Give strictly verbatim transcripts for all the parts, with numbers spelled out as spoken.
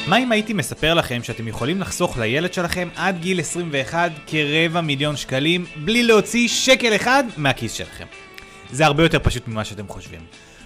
מה אם הייתי מספר לכם שאתם יכולים לחסוך לילד שלכם עד גיל עשרים ואחת כרבע מיליון שקלים בלי להוציא שקל אחד מהכיס שלכם? זה הרבה יותר פשוט ממה שאתם חושבים.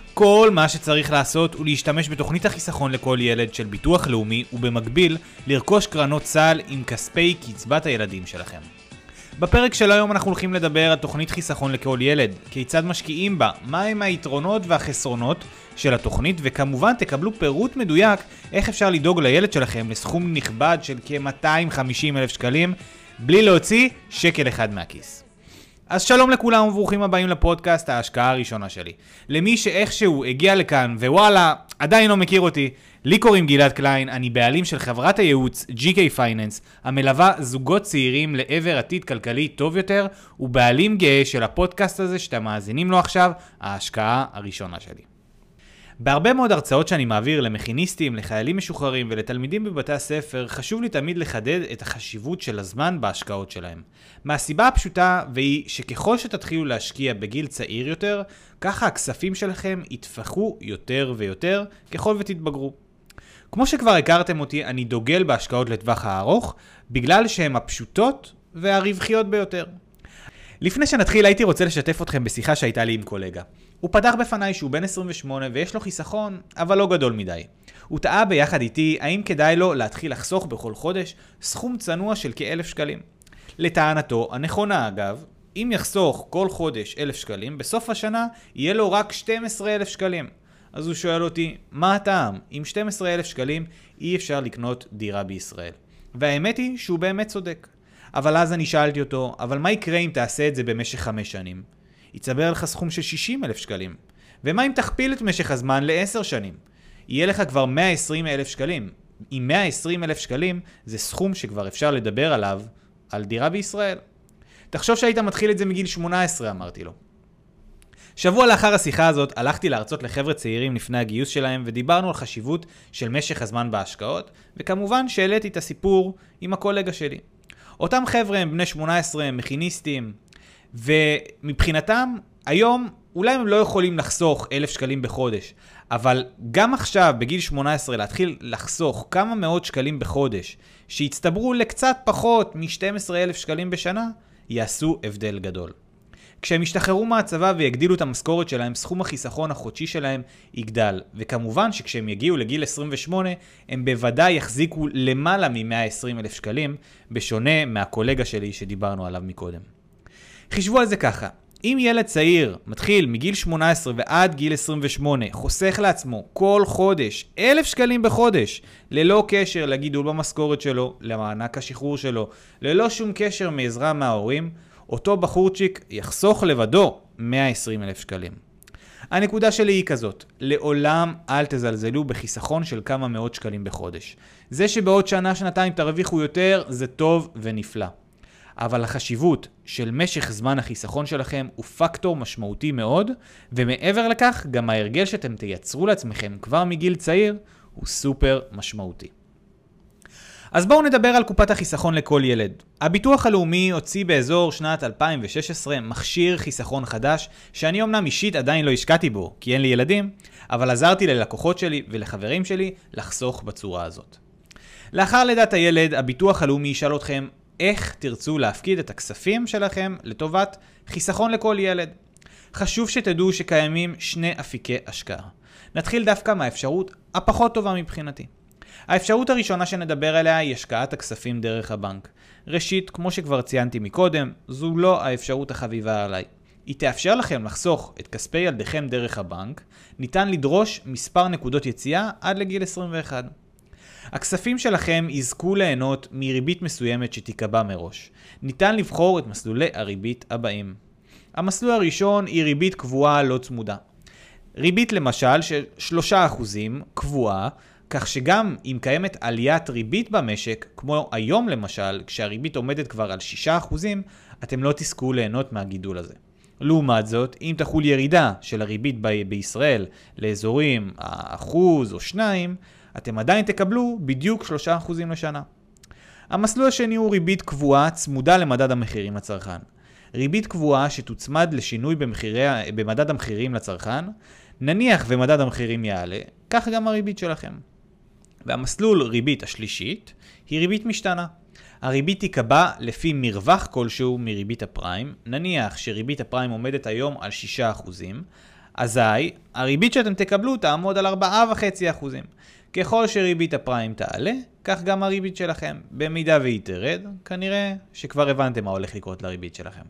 כל מה שצריך לעשות הוא להשתמש בתוכנית החיסכון לכל ילד של ביטוח לאומי ובמקביל לרכוש קרנות סל עם כספי קצבת הילדים שלכם. בפרק של היום אנחנו הולכים לדבר על תוכנית חיסכון לכל ילד, כיצד משקיעים בה, מהם היתרונות והחסרונות של התוכנית, וכמובן תקבלו פירוט מדויק איך אפשר לדאוג לילד שלכם לסכום נכבד של כ-מאתיים וחמישים אלף שקלים בלי להוציא שקל אחד מהכיס. אז שלום לכולם וברוכים הבאים לפודקאסט ההשקעה הראשונה שלי. למי שאיכשהו הגיע לכאן ווואלה עדיין לא מכיר אותי, לי קוראים גלעד קליין, אני בעלים של חברת הייעוץ ג'י קיי Finance, המלווה זוגות צעירים לעבר עתיד כלכלי טוב יותר, ובעלים גאה של הפודקאסט הזה שאתם מאזינים לו עכשיו, ההשקעה הראשונה שלי. בהרבה מאוד הרצאות שאני מעביר למכיניסטים, לחיילים משוחררים ולתלמידים בבתי הספר, חשוב לי תמיד לחדד את החשיבות של הזמן בהשקעות שלהם. מהסיבה הפשוטה והיא שככל שתתחילו להשקיע בגיל צעיר יותר, ככה הכספים שלכם יתפחו יותר ויותר ככל ותתבגרו. כמו שכבר הכרתם אותי, אני דוגל בהשקעות לטווח הארוך, בגלל שהן הפשוטות והרווחיות ביותר. לפני שנתחיל הייתי רוצה לשתף אתכם בשיחה שהייתה לי עם קולגה. הוא פתח בפניי שהוא בן עשרים ושמונה ויש לו חיסכון, אבל לא גדול מדי. הוא טעה ביחד איתי האם כדאי לו להתחיל לחסוך בכל חודש סכום צנוע של כאלף שקלים. לטענתו, הנכונה אגב, אם יחסוך כל חודש אלף שקלים, בסוף השנה יהיה לו רק שנים עשר אלף שקלים. אז הוא שואל אותי, מה הטעם? עם שנים עשר אלף שקלים אי אפשר לקנות דירה בישראל. והאמת היא שהוא באמת צודק. אבל אז אני שאלתי אותו, אבל מה יקרה אם תעשה את זה במשך חמש שנים? יצבר לך סכום של שישים אלף שקלים. ומה אם תכפיל את משך הזמן לעשר שנים? יהיה לך כבר מאה ועשרים אלף שקלים. עם מאה ועשרים אלף שקלים זה סכום שכבר אפשר לדבר עליו, על דירה בישראל. תחשוב שהיית מתחיל את זה מגיל שמונה עשרה, אמרתי לו. שבוע לאחר השיחה הזאת הלכתי להרצות לחבר'ה צעירים לפני הגיוס שלהם ודיברנו על חשיבות של משך הזמן בהשקעות, וכמובן שהעליתי את הסיפור עם הקולגה שלי. אותם חבר'ה הם בני שמונה עשרה, הם מכיניסטים, ומבחינתם היום אולי הם לא יכולים לחסוך אלף שקלים בחודש, אבל גם עכשיו בגיל שמונה עשרה להתחיל לחסוך כמה מאות שקלים בחודש, שיצטברו לקצת פחות מ-שנים עשר אלף שקלים בשנה, יעשו הבדל גדול. כשהם ישתחררו מהצבא ויגדילו את המשכורת שלהם, סכום החיסכון החודשי שלהם יגדל. וכמובן שכשהם יגיעו לגיל עשרים ושמונה, הם בוודאי יחזיקו למעלה מ-מאה ועשרים אלף שקלים, בשונה מהקולגה שלי שדיברנו עליו מקודם. חישבו על זה ככה, אם ילד צעיר מתחיל מגיל שמונה עשרה ועד גיל עשרים ושמונה, חוסך לעצמו כל חודש אלף שקלים בחודש, ללא קשר לגידול במשכורת שלו, למענק השחרור שלו, ללא שום קשר מעזרה מההורים, אותו בחורצ'יק יחסוך לבדו מאה ועשרים אלף שקלים. הנקודה שלי היא כזאת, לעולם אל תזלזלו בחיסכון של כמה מאות שקלים בחודש. זה שבעוד שנה, שנתיים תרוויחו יותר, זה טוב ונפלא. אבל החשיבות של משך זמן החיסכון שלכם הוא פקטור משמעותי מאוד, ומעבר לכך, גם ההרגל שאתם תייצרו לעצמכם כבר מגיל צעיר, הוא סופר משמעותי. אז בואו נדבר על קופת החיסכון לכל ילד. הביטוח הלאומי הוציא באזור שנת אלפיים ושש עשרה מכשיר חיסכון חדש, שאני אמנם אישית עדיין לא השקעתי בו, כי אין לי ילדים, אבל עזרתי ללקוחות שלי ולחברים שלי לחסוך בצורה הזאת. לאחר לידת הילד, הביטוח הלאומי ישאל אתכם איך תרצו להפקיד את הכספים שלכם לטובת חיסכון לכל ילד. חשוב שתדעו שקיימים שני אפיקי השקעה. נתחיל דווקא מהאפשרות הפחות טובה מבחינתי. האפשרות הראשונה שנדבר עליה היא השקעת הכספים דרך הבנק. ראשית, כמו שכבר ציינתי מקודם, זו לא האפשרות החביבה עליי. היא תאפשר לכם לחסוך את כספי ילדיכם דרך הבנק, ניתן לדרוש מספר נקודות יציאה עד לגיל עשרים ואחת. הכספים שלכם יזכו ליהנות מריבית מסוימת שתיקבע מראש. ניתן לבחור את מסלולי הריבית הבאים. המסלול הראשון היא ריבית קבועה לא צמודה. ריבית למשל של שלושה אחוזים קבועה, כך שגם אם קיימת עליית ריבית במשק, כמו היום למשל, כשהריבית עומדת כבר על שישה אחוזים, אתם לא תזכו ליהנות מהגידול הזה. לעומת זאת, אם תחול ירידה של הריבית ב- בישראל לאזורים האחוז או שניים, אתם עדיין תקבלו בדיוק שלושה אחוזים לשנה. המסלול השני הוא ריבית קבועה צמודה למדד המחירים לצרכן. ריבית קבועה שתוצמד לשינוי במחירי, במדד המחירים לצרכן, נניח ומדד המחירים יעלה, כך גם הריבית שלכם. והמסלול ריבית השלישית היא ריבית משתנה. הריבית תיקבע לפי מרווח כלשהו מריבית הפריים. נניח שריבית הפריים עומדת היום על שישה אחוזים, אזי הריבית שאתם תקבלו תעמוד על ארבעה נקודה חמש אחוזים. ככל שריבית הפריים תעלה, כך גם הריבית שלכם. במידה והיא תרד, כנראה שכבר הבנתם מה הולך לקרות לריבית שלכם.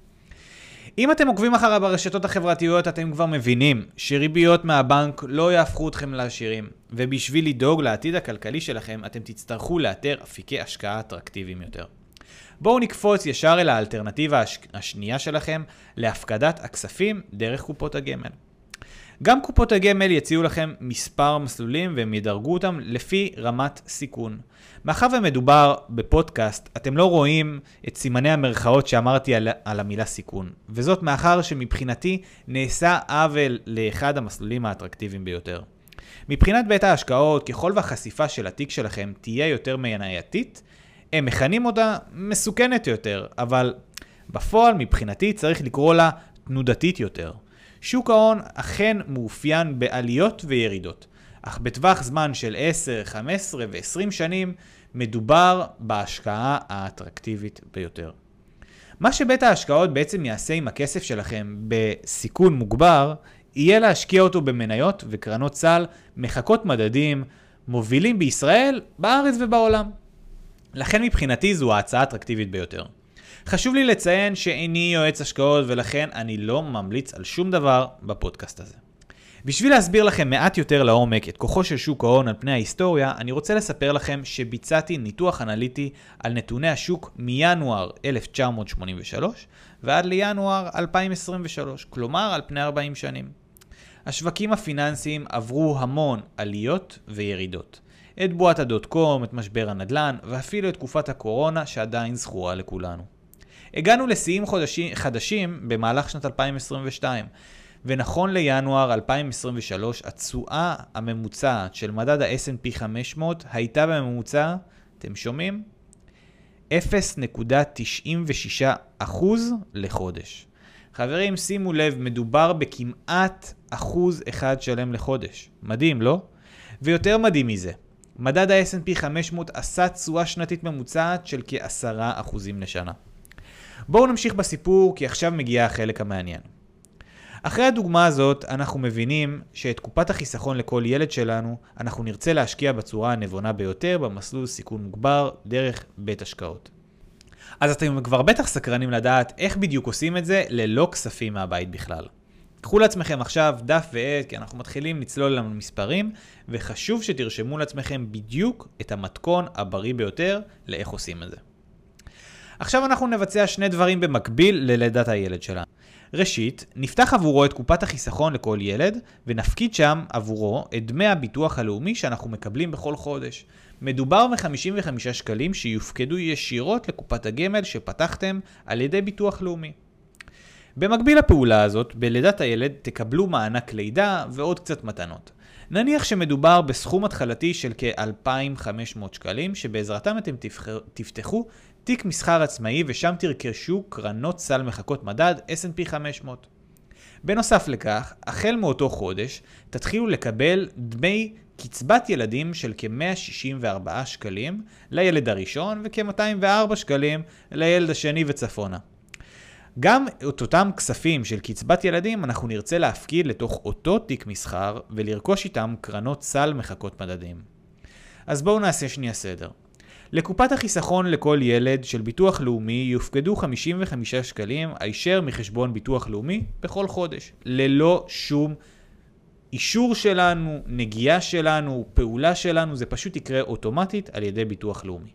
אם אתם עוקבים אחריה ברשתות החברתיות, אתם כבר מבינים שריביות מהבנק לא יהפכו אתכם לעשירים, ובשביל לדאוג לעתיד הכלכלי שלכם, אתם תצטרכו לאתר אפיקי השקעה אטרקטיביים יותר. בואו נקפוץ ישר אל האלטרנטיבה הש... השנייה שלכם להפקדת הכספים דרך קופות הגמל. גם קופות הגמל יציעו לכם מספר מסלולים והם ידרגו אותם לפי רמת סיכון. מאחר ומדובר בפודקאסט, אתם לא רואים את סימני המרכאות שאמרתי על, על המילה סיכון. וזאת מאחר שמבחינתי נעשה עוול לאחד המסלולים האטרקטיביים ביותר. מבחינת בית ההשקעות, ככל והחשיפה של התיק שלכם תהיה יותר מנייתית, הם מכנים אותה מסוכנת יותר, אבל בפועל מבחינתי צריך לקרוא לה תנודתית יותר. שוק ההון אכן מאופיין בעליות וירידות, אך בטווח זמן של עשר, חמש עשרה ו-עשרים שנים מדובר בהשקעה האטרקטיבית ביותר. מה שבית ההשקעות בעצם יעשה עם הכסף שלכם בסיכון מוגבר, יהיה להשקיע אותו במניות וקרנות סל, מחקות מדדים, מובילים בישראל, בארץ ובעולם. לכן מבחינתי זו ההצעה האטרקטיבית ביותר. חשוב לי לציין שאיני יועץ השקעות ולכן אני לא ממליץ על שום דבר בפודקאסט הזה. בשביל להסביר לכם מעט יותר לעומק את כוחו של שוק ההון על פני ההיסטוריה, אני רוצה לספר לכם שביצעתי ניתוח אנליטי על נתוני השוק מינואר אלף תשע מאות שמונים ושלוש ועד לינואר אלפיים עשרים ושלוש, כלומר על פני ארבעים שנים. השווקים הפיננסיים עברו המון עליות וירידות. את בועת הדוט קום, את משבר הנדל"ן ואפילו את תקופת הקורונה שעדיין זכורה לכולנו. הגענו לשיאים חדשים, חדשים במהלך שנת אלפיים עשרים ושתיים, ונכון לינואר אלפיים עשרים ושלוש התשואה הממוצעת של מדד ה-אס אנד פי חמש מאות הייתה בממוצע, אתם שומעים? אפס נקודה תשעים ושישה אחוז לחודש. חברים, שימו לב, מדובר בכמעט אחוז אחד שלם לחודש. מדהים, לא? ויותר מדהים מזה. מדד ה-אס אנד פי חמש מאות עשה תשואה שנתית ממוצעת של כ-עשרה אחוזים לשנה. בואו נמשיך בסיפור כי עכשיו מגיע החלק המעניין. אחרי הדוגמה הזאת אנחנו מבינים שאת קופת החיסכון לכל ילד שלנו אנחנו נרצה להשקיע בצורה הנבונה ביותר במסלול סיכון מוגבר דרך בית השקעות. אז אתם כבר בטח סקרנים לדעת איך בדיוק עושים את זה ללא כספים מהבית בכלל. קחו לעצמכם עכשיו דף ועט כי אנחנו מתחילים לצלול למספרים וחשוב שתרשמו לעצמכם בדיוק את המתכון הבריא ביותר לאיך עושים את זה. עכשיו אנחנו נבצע שני דברים במקביל ללידת הילד שלנו. ראשית, נפתח עבורו את קופת החיסכון לכל ילד ונפקיד שם עבורו את דמי הביטוח הלאומי שאנחנו מקבלים בכל חודש. מדובר ב-חמישים וחמישה שקלים שיופקדו ישירות לקופת הגמל שפתחתם על ידי ביטוח לאומי. במקביל לפעולה הזאת, בלידת הילד תקבלו מענק לידה ועוד קצת מתנות. נניח שמדובר בסכום התחלתי של כ-אלפיים וחמש מאות שקלים, שבעזרתם אתם תפתחו תיק מסחר עצמאי ושם תרכשו קרנות סל מחקות מדד אס אנד פי חמש מאות. בנוסף לכך, החל מאותו חודש, תתחילו לקבל דמי קצבת ילדים של כ-מאה שישים וארבעה שקלים לילד הראשון וכ-מאתיים וארבעה שקלים לילד השני וצפונה. גם את אותם כספים של קצבת ילדים אנחנו נרצה להפקיד לתוך אותו תיק מסחר ולרכוש איתם קרנות סל מחקות מדדים. אז בואו נעשה שנייה סדר. לקופת החיסכון לכל ילד של ביטוח לאומי יופקדו חמישים וחמישה שקלים הישר מחשבון ביטוח לאומי בכל חודש, ללא שום אישור שלנו, נגיעה שלנו, פעולה שלנו, זה פשוט יקרה אוטומטית על ידי ביטוח לאומי.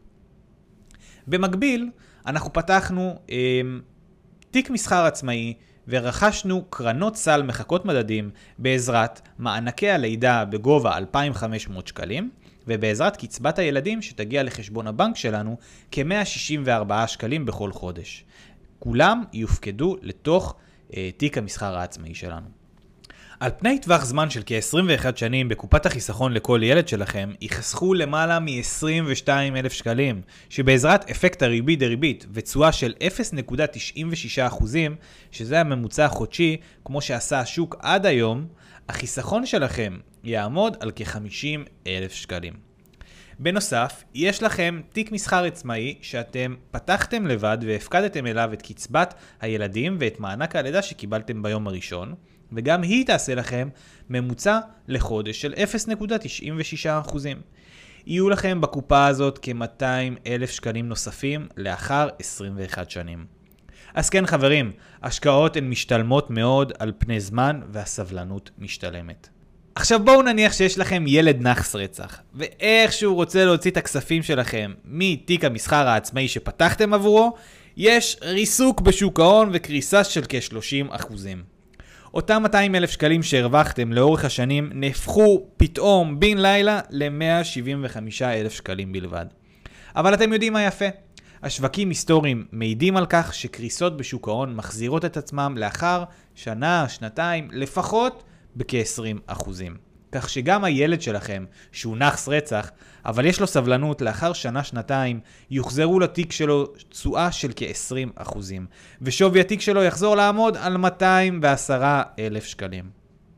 במקביל, אנחנו פתחנו אה, תיק מסחר עצמאי ורכשנו קרנות סל מחקות מדדים בעזרת מענקי הלידה בגובה אלפיים וחמש מאות שקלים, ובעזרת קצבת הילדים שתגיע לחשבון הבנק שלנו כ-מאה שישים וארבעה שקלים בכל חודש. כולם יופקדו לתוך אה, תיק המסחר העצמאי שלנו. על פני טווח זמן של כ-עשרים ואחת שנים בקופת החיסכון לכל ילד שלכם יחסכו למעלה מ-עשרים ושניים אלף שקלים, שבעזרת אפקט הריבית דריבית ותשואה של אפס נקודה תשעים ושישה אחוזים, שזה הממוצע החודשי כמו שעשה השוק עד היום, החיסכון שלכם יעמוד על כ-חמישים אלף שקלים. בנוסף, יש לכם תיק מסחר עצמאי שאתם פתחתם לבד והפקדתם אליו את קצבת הילדים ואת מענק הלידה שקיבלתם ביום הראשון, וגם היא תעשה לכם ממוצע לחודש של אפס נקודה תשעים ושישה אחוז. יהיו לכם בקופה הזאת כ-מאתיים אלף שקלים נוספים לאחר עשרים ואחת שנים. אז כן חברים, השקעות הן משתלמות מאוד על פני זמן והסבלנות משתלמת. עכשיו בואו נניח שיש לכם ילד נחס רצח, ואיכשהו רוצה להוציא את הכספים שלכם מתיק המסחר העצמאי שפתחתם עבורו, יש ריסוק בשוק ההון וקריסה של כ-שלושים אחוז. אותם מאתיים אלף שקלים שהרווחתם לאורך השנים נהפכו פתאום בין לילה ל-מאה שבעים וחמישה אלף שקלים בלבד. אבל אתם יודעים מה יפה? השווקים היסטוריים מעידים על כך שקריסות בשוק ההון מחזירות את עצמם לאחר שנה, שנתיים, לפחות בכ-עשרים אחוזים. כך שגם הילד שלכם, שהוא נחס רצח, אבל יש לו סבלנות לאחר שנה-שנתיים, יוחזרו לתיק שלו תשואה של כ-עשרים אחוזים. ושווי התיק שלו יחזור לעמוד על מאתיים ועשרה אלף שקלים.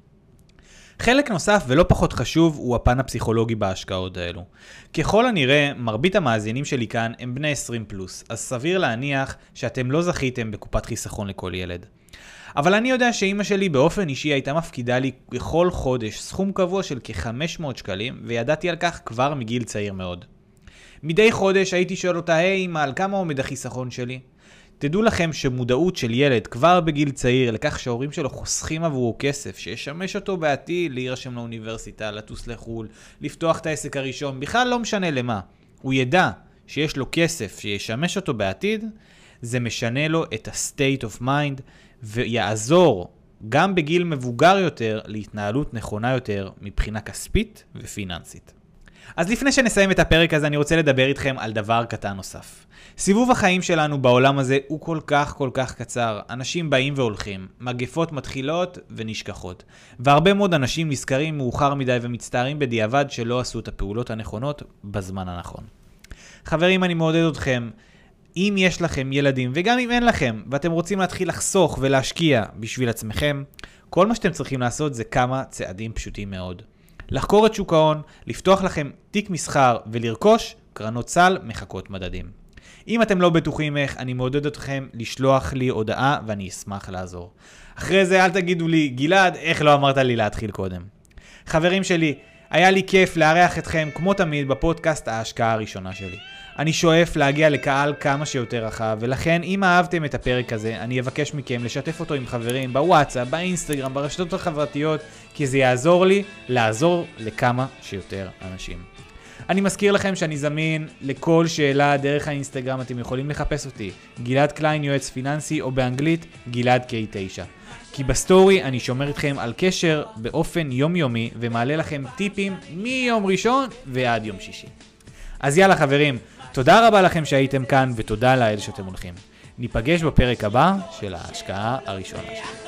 חלק נוסף ולא פחות חשוב הוא הפן הפסיכולוגי בהשקעות האלו. ככל הנראה, מרבית המאזינים שלי כאן הם בני עשרים פלוס, אז סביר להניח שאתם לא זכיתם בקופת חיסכון לכל ילד. אבל אני יודע שאמא שלי באופן אישי הייתה מפקידה לי בכל חודש סכום קבוע של כ-חמש מאות שקלים, וידעתי על כך כבר מגיל צעיר מאוד. מדי חודש הייתי שואל אותה, היי אמא, על כמה עומד החיסכון שלי? תדעו לכם שמודעות של ילד כבר בגיל צעיר לכך שההורים שלו חוסכים עבורו כסף שישמש אותו בעתיד להירשם לאוניברסיטה, לטוס לחול, לפתוח את העסק הראשון, בכלל לא משנה למה. הוא ידע שיש לו כסף שישמש אותו בעתיד, זה משנה לו את ה-state of mind ויעזור גם בגיל מבוגר יותר להתנהלות נכונה יותר מבחינה כספית ופיננסית. אז לפני שנסיים את הפרק הזה אני רוצה לדבר איתכם על דבר קטן נוסף. סיבוב החיים שלנו בעולם הזה הוא כל כך כל כך קצר. אנשים באים והולכים, מגפות מתחילות ונשכחות. והרבה מאוד אנשים נזכרים מאוחר מדי ומצטערים בדיעבד שלא עשו את הפעולות הנכונות בזמן הנכון. חברים, אני מעודד אתכם, אם יש לכם ילדים וגם אם אין לכם, ואתם רוצים להתחיל לחסוך ולהשקיע בשביל עצמכם, כל מה שאתם צריכים לעשות זה כמה צעדים פשוטים מאוד. לחקור את שוק ההון, לפתוח לכם תיק מסחר ולרכוש קרנות סל מחכות מדדים. אם אתם לא בטוחים איך, אני מעודד אתכם לשלוח לי הודעה ואני אשמח לעזור. אחרי זה אל תגידו לי, גלעד, איך לא אמרת לי להתחיל קודם? חברים שלי, היה לי כיף לארח אתכם כמו תמיד בפודקאסט ההשקעה הראשונה שלי. אני שואף להגיע לקהל כמה שיותר רחב, ולכן אם אהבתם את הפרק הזה, אני אבקש מכם לשתף אותו עם חברים בוואטסאפ, באינסטגרם, ברשתות החברתיות, כי זה יעזור לי לעזור לכמה שיותר אנשים. אני מזכיר לכם שאני זמין לכל שאלה דרך האינסטגרם, אתם יכולים לחפש אותי, גלעד קליין יועץ פיננסי, או באנגלית גלעד קיי תשע. כי בסטורי אני שומר איתכם על קשר באופן יומיומי, ומעלה לכם טיפים מיום ראשון ועד יום שישי. אז יאללה חברים, תודה רבה לכם שהייתם כאן, ותודה לאל שאתם הולכים. ניפגש בפרק הבא של ההשקעה הראשונה שלי.